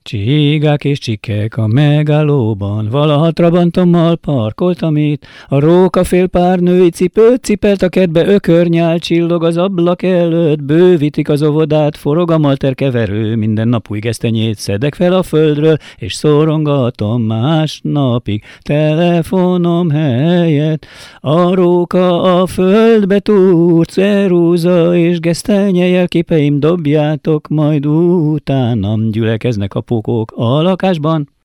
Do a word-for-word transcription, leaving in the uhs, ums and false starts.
Csigák és csikek a megállóban, valaha trabantommal parkoltam itt. A róka fél pár női cipőt cipelt a kertbe, ökörnyál csillog az ablak előtt. Bővítik az óvodát, forog a malterkeverő, minden nap új gesztenyét szedek fel a földről, és szorongatom másnapig telefonom helyett. A róka a földbe túr, ceruza és gesztenye jelképeim, dobjátok majd utánam, gyülekeznek a pokók a lakásban.